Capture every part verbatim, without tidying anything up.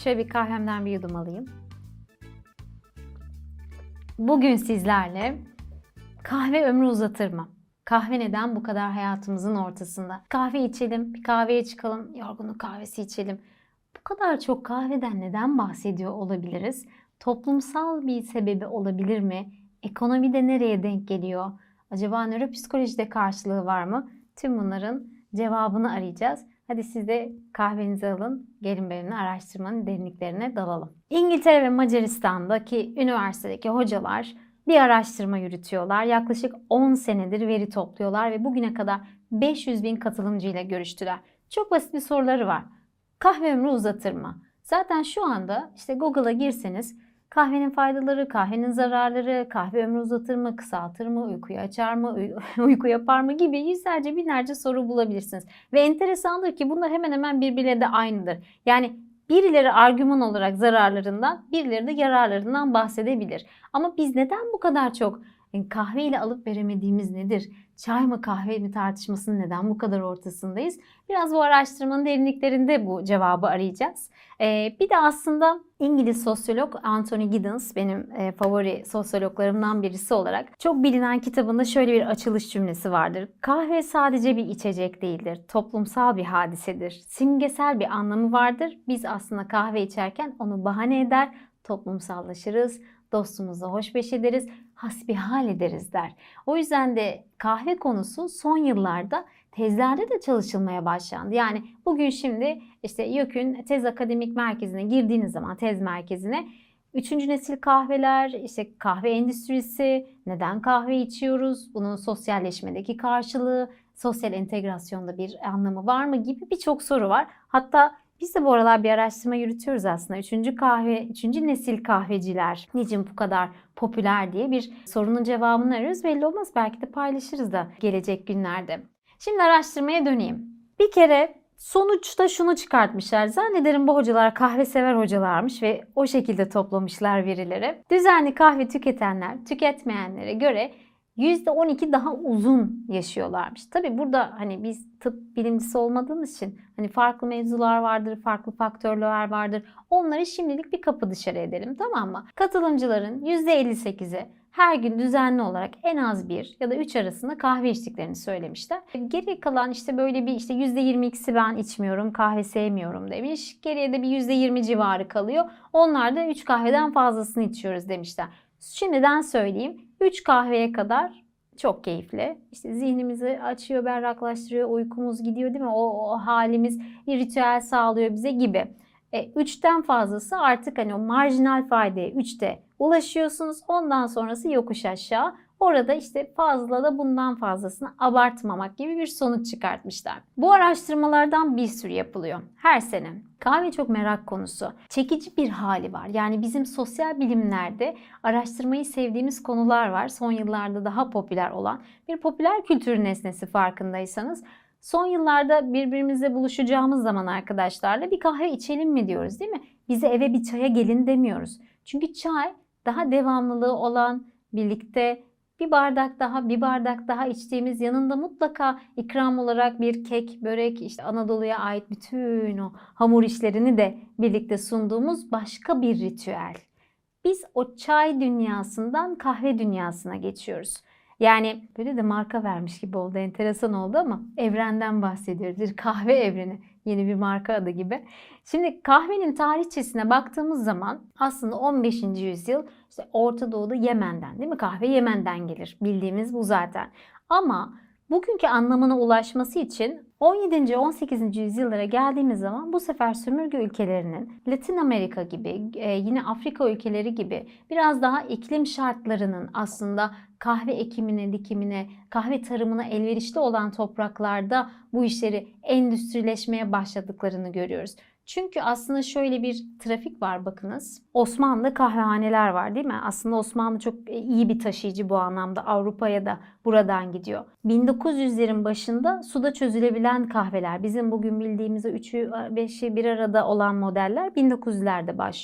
Şöyle bir kahvemden bir yudum alayım. Bugün sizlerle kahve ömrü uzatır mı? Kahve neden bu kadar hayatımızın ortasında? Kahve içelim, bir kahveye çıkalım, yorgunluk kahvesi içelim. Bu kadar çok kahveden neden bahsediyor olabiliriz? Toplumsal bir sebebi olabilir mi? Ekonomide nereye denk geliyor? Acaba nöropsikolojide karşılığı var mı? Tüm bunların cevabını arayacağız. Hadi siz de kahvenizi alın, gelin benimle araştırmanın derinliklerine dalalım. İngiltere ve Macaristan'daki üniversitedeki hocalar bir araştırma yürütüyorlar. Yaklaşık on senedir veri topluyorlar ve bugüne kadar beş yüz bin katılımcıyla görüştüler. Çok basit bir soruları var. Kahve ömrü uzatır mı? Zaten şu anda işte Google'a girseniz kahvenin faydaları, kahvenin zararları, kahve ömrü uzatır mı, kısaltır mı, uykuyu açar mı, uy uyku yapar mı gibi yüzlerce binlerce soru bulabilirsiniz. Ve enteresandır ki bunlar hemen hemen birbirleriyle de aynıdır. Yani birileri argüman olarak zararlarından, birileri de yararlarından bahsedebilir. Ama biz neden bu kadar çok kahve ile alıp veremediğimiz nedir? Çay mı kahve mi tartışmasının neden bu kadar ortasındayız? Biraz bu araştırmanın derinliklerinde bu cevabı arayacağız. Ee, bir de aslında İngiliz sosyolog Anthony Giddens benim e, favori sosyologlarımdan birisi olarak çok bilinen kitabında şöyle bir açılış cümlesi vardır. Kahve sadece bir içecek değildir, toplumsal bir hadisedir. Simgesel bir anlamı vardır. Biz aslında kahve içerken onu bahane eder, toplumsallaşırız, dostumuzla hoşbeş ederiz, hasbihal ederiz der. O yüzden de kahve konusu son yıllarda tezlerde de çalışılmaya başlandı. Yani bugün şimdi işte YÖK'ün tez akademik merkezine girdiğiniz zaman tez merkezine üçüncü nesil kahveler, işte kahve endüstrisi, neden kahve içiyoruz, bunun sosyalleşmedeki karşılığı, sosyal entegrasyonda bir anlamı var mı gibi birçok soru var. Hatta biz de bu aralar bir araştırma yürütüyoruz aslında. Üçüncü kahve, üçüncü nesil kahveciler niçin bu kadar popüler diye bir sorunun cevabını arıyoruz. Belli olmaz, belki de paylaşırız da gelecek günlerde. Şimdi araştırmaya döneyim. Bir kere sonuçta şunu çıkartmışlar. Zannederim bu hocalar kahve sever hocalarmış ve o şekilde toplamışlar verileri. Düzenli kahve tüketenler tüketmeyenlere göre yüzde on iki daha uzun yaşıyorlarmış. Tabii burada hani biz tıp bilimcisi olmadığımız için hani farklı mevzular vardır, farklı faktörler vardır. Onları şimdilik bir kapı dışarı edelim, tamam mı? Katılımcıların yüzde elli sekizi her gün düzenli olarak en az bir ya da üç arasında kahve içtiklerini söylemişler. Geri kalan işte böyle bir işte yüzde yirmi ikisi ben içmiyorum, kahve sevmiyorum demiş. Geriye de bir yüzde yirmi civarı kalıyor. Onlar da üç kahveden fazlasını içiyoruz demişler. Şimdiden söyleyeyim, üç kahveye kadar çok keyifli. İşte zihnimizi açıyor, berraklaştırıyor, uykumuz gidiyor değil mi? O, o halimiz ritüel sağlıyor bize gibi. E, üçten fazlası artık hani o marjinal faydaya üçte ulaşıyorsunuz. Ondan sonrası yokuş aşağı. Orada işte fazla da bundan fazlasını abartmamak gibi bir sonuç çıkartmışlar. Bu araştırmalardan bir sürü yapılıyor her sene. Kahve çok merak konusu. Çekici bir hali var. Yani bizim sosyal bilimlerde araştırmayı sevdiğimiz konular var. Son yıllarda daha popüler olan bir popüler kültür nesnesi farkındaysanız. Son yıllarda birbirimizle buluşacağımız zaman arkadaşlarla bir kahve içelim mi diyoruz değil mi? Bize eve bir çaya gelin demiyoruz. Çünkü çay daha devamlılığı olan, birlikte bir bardak daha, bir bardak daha içtiğimiz, yanında mutlaka ikram olarak bir kek, börek, işte Anadolu'ya ait bütün o hamur işlerini de birlikte sunduğumuz başka bir ritüel. Biz o çay dünyasından kahve dünyasına geçiyoruz. Yani böyle de marka vermiş gibi oldu, enteresan oldu ama evrenden bahsediyoruz. Bir kahve evreni, yeni bir marka adı gibi. Şimdi kahvenin tarihçesine baktığımız zaman aslında on beşinci yüzyıl işte Orta Doğu'da Yemen'den, değil mi? Kahve Yemen'den gelir. Bildiğimiz bu zaten. Ama bugünkü anlamına ulaşması için on yedinci on sekizinci yüzyıllara geldiğimiz zaman bu sefer sömürge ülkelerinin Latin Amerika gibi yine Afrika ülkeleri gibi biraz daha iklim şartlarının aslında kahve ekimine, dikimine, kahve tarımına elverişli olan topraklarda bu işleri endüstrileşmeye başladıklarını görüyoruz. Çünkü aslında şöyle bir trafik var bakınız. Osmanlı kahvehaneler var değil mi? Aslında Osmanlı çok iyi bir taşıyıcı bu anlamda. Avrupa'ya da buradan gidiyor. bin dokuz yüzlerin başında suda çözülebilen kahveler. Bizim bugün bildiğimiz üçü beşi bir arada olan modeller bin dokuz yüzlerde başlıyor.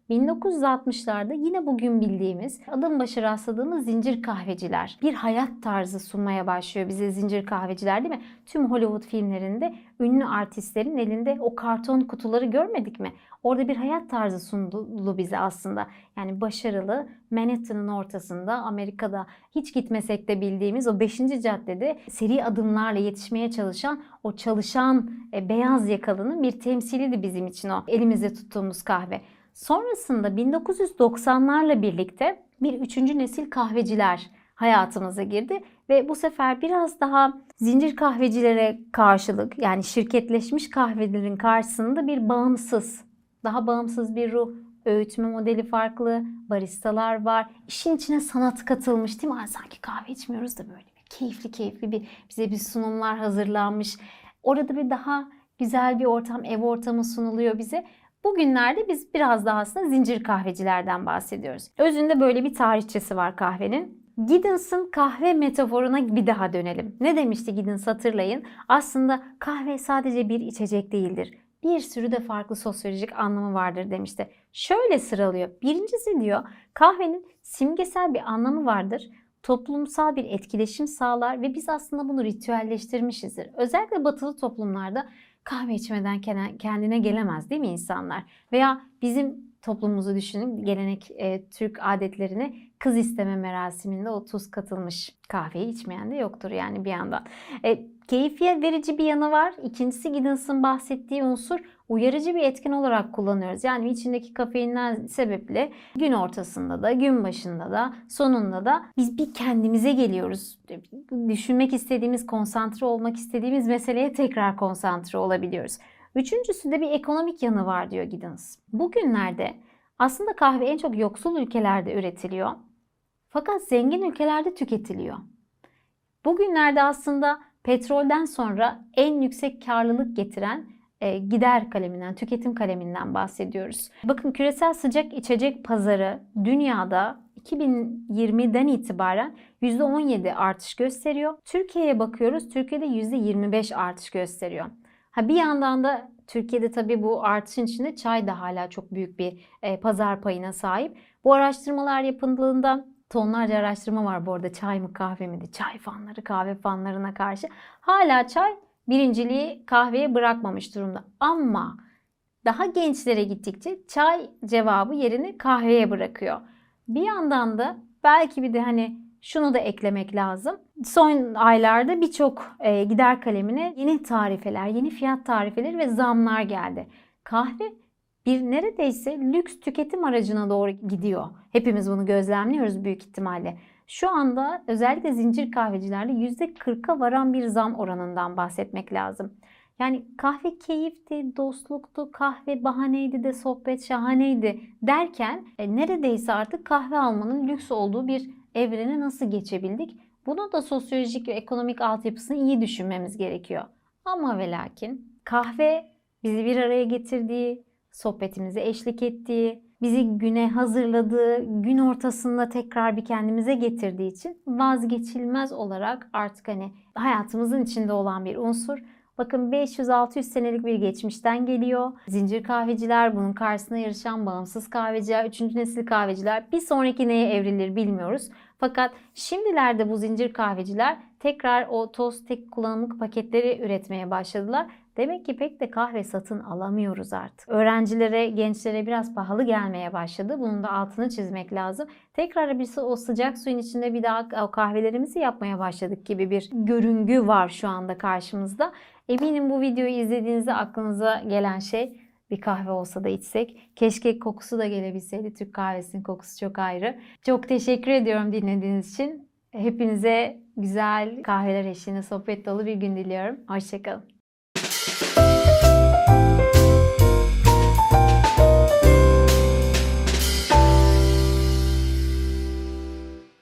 bin dokuz yüz altmışlarda yine bugün bildiğimiz, adım başı rastladığımız zincir kahveciler bir hayat tarzı sunmaya başlıyor bize zincir kahveciler, değil mi? Tüm Hollywood filmlerinde ünlü artistlerin elinde o karton kutuları görmedik mi? Orada bir hayat tarzı sundu bize aslında. Yani başarılı, Manhattan'ın ortasında, Amerika'da hiç gitmesek de bildiğimiz o beşinci caddede seri adımlarla yetişmeye çalışan o çalışan e, beyaz yakalının bir temsiliydi bizim için o elimizde tuttuğumuz kahve. Sonrasında bin dokuz yüz doksanlarla birlikte bir üçüncü nesil kahveciler hayatımıza girdi ve bu sefer biraz daha zincir kahvecilere karşılık, yani şirketleşmiş kahvelerin karşısında bir bağımsız, daha bağımsız bir ruh, öğütme modeli farklı, baristalar var. İşin içine sanat katılmış, değil mi? Yani sanki kahve içmiyoruz da böyle bir keyifli keyifli bir bize bir sunumlar hazırlanmış. Orada bir daha güzel bir ortam, ev ortamı sunuluyor bize. Bugünlerde biz biraz daha aslında zincir kahvecilerden bahsediyoruz. Özünde böyle bir tarihçesi var kahvenin. Giddens'ın kahve metaforuna bir daha dönelim. Ne demişti Giddens, hatırlayın. Aslında kahve sadece bir içecek değildir. Bir sürü de farklı sosyolojik anlamı vardır demişti. Şöyle sıralıyor. Birincisi diyor, kahvenin simgesel bir anlamı vardır. Toplumsal bir etkileşim sağlar ve biz aslında bunu ritüelleştirmişizdir. Özellikle batılı toplumlarda kahve içmeden kendine gelemez, değil mi insanlar? Veya bizim toplumumuzu düşünün, gelenek e, Türk adetlerine kız isteme merasiminde o tuz katılmış kahveyi içmeyen de yoktur yani bir yandan. E, keyfiyet verici bir yanı var. İkincisi, Giddens'ın bahsettiği unsur uyarıcı bir etken olarak kullanıyoruz. Yani içindeki kafeinden sebeple gün ortasında da, gün başında da, sonunda da biz bir kendimize geliyoruz. Düşünmek istediğimiz, konsantre olmak istediğimiz meseleye tekrar konsantre olabiliyoruz. Üçüncüsü de bir ekonomik yanı var diyor Giddens. Bugünlerde aslında kahve en çok yoksul ülkelerde üretiliyor. Fakat zengin ülkelerde tüketiliyor. Bugünlerde aslında petrolden sonra en yüksek karlılık getiren e, gider kaleminden, tüketim kaleminden bahsediyoruz. Bakın, küresel sıcak içecek pazarı dünyada iki bin yirmiden itibaren yüzde on yedi artış gösteriyor. Türkiye'ye bakıyoruz, Türkiye'de yüzde yirmi beş artış gösteriyor. Ha, bir yandan da Türkiye'de tabii bu artışın içinde çay da hala çok büyük bir e, pazar payına sahip. Bu araştırmalar yapıldığında, tonlarca araştırma var bu arada, çay mı kahve mi de, çay fanları kahve fanlarına karşı. Hala çay birinciliği kahveye bırakmamış durumda. Ama daha gençlere gittikçe çay cevabı yerini kahveye bırakıyor. Bir yandan da belki bir de hani şunu da eklemek lazım. Son aylarda birçok e, gider kalemine yeni tarifeler, yeni fiyat tarifeleri ve zamlar geldi. Kahve bir neredeyse lüks tüketim aracına doğru gidiyor. Hepimiz bunu gözlemliyoruz büyük ihtimalle. Şu anda özellikle zincir kahvecilerde yüzde kırka varan bir zam oranından bahsetmek lazım. Yani kahve keyifti, dostluktu, kahve bahaneydi de sohbet şahaneydi derken e, neredeyse artık kahve almanın lüks olduğu bir evrene nasıl geçebildik? Bunu da sosyolojik ve ekonomik altyapısını iyi düşünmemiz gerekiyor. Ama ve lakin kahve bizi bir araya getirdiği, sohbetimize eşlik ettiği, bizi güne hazırladığı, gün ortasında tekrar bir kendimize getirdiği için vazgeçilmez olarak artık hani hayatımızın içinde olan bir unsur. Bakın, beş yüz altı yüz senelik bir geçmişten geliyor. Zincir kahveciler, bunun karşısına yarışan bağımsız kahveciler, üçüncü nesil kahveciler, bir sonraki neye evrilir bilmiyoruz. Fakat şimdilerde bu zincir kahveciler tekrar o toz tek kullanımlık paketleri üretmeye başladılar. Demek ki pek de kahve satın alamıyoruz artık. Öğrencilere, gençlere biraz pahalı gelmeye başladı. Bunun da altını çizmek lazım. Tekrar bir o sıcak suyun içinde bir daha o kahvelerimizi yapmaya başladık gibi bir görüngü var şu anda karşımızda. Eminim bu videoyu izlediğinizde aklınıza gelen şey, bir kahve olsa da içsek. Keşke kokusu da gelebilseydi. Türk kahvesinin kokusu çok ayrı. Çok teşekkür ediyorum dinlediğiniz için. Hepinize güzel kahveler eşliğinde sohbet dolu bir gün diliyorum. Hoşça kalın.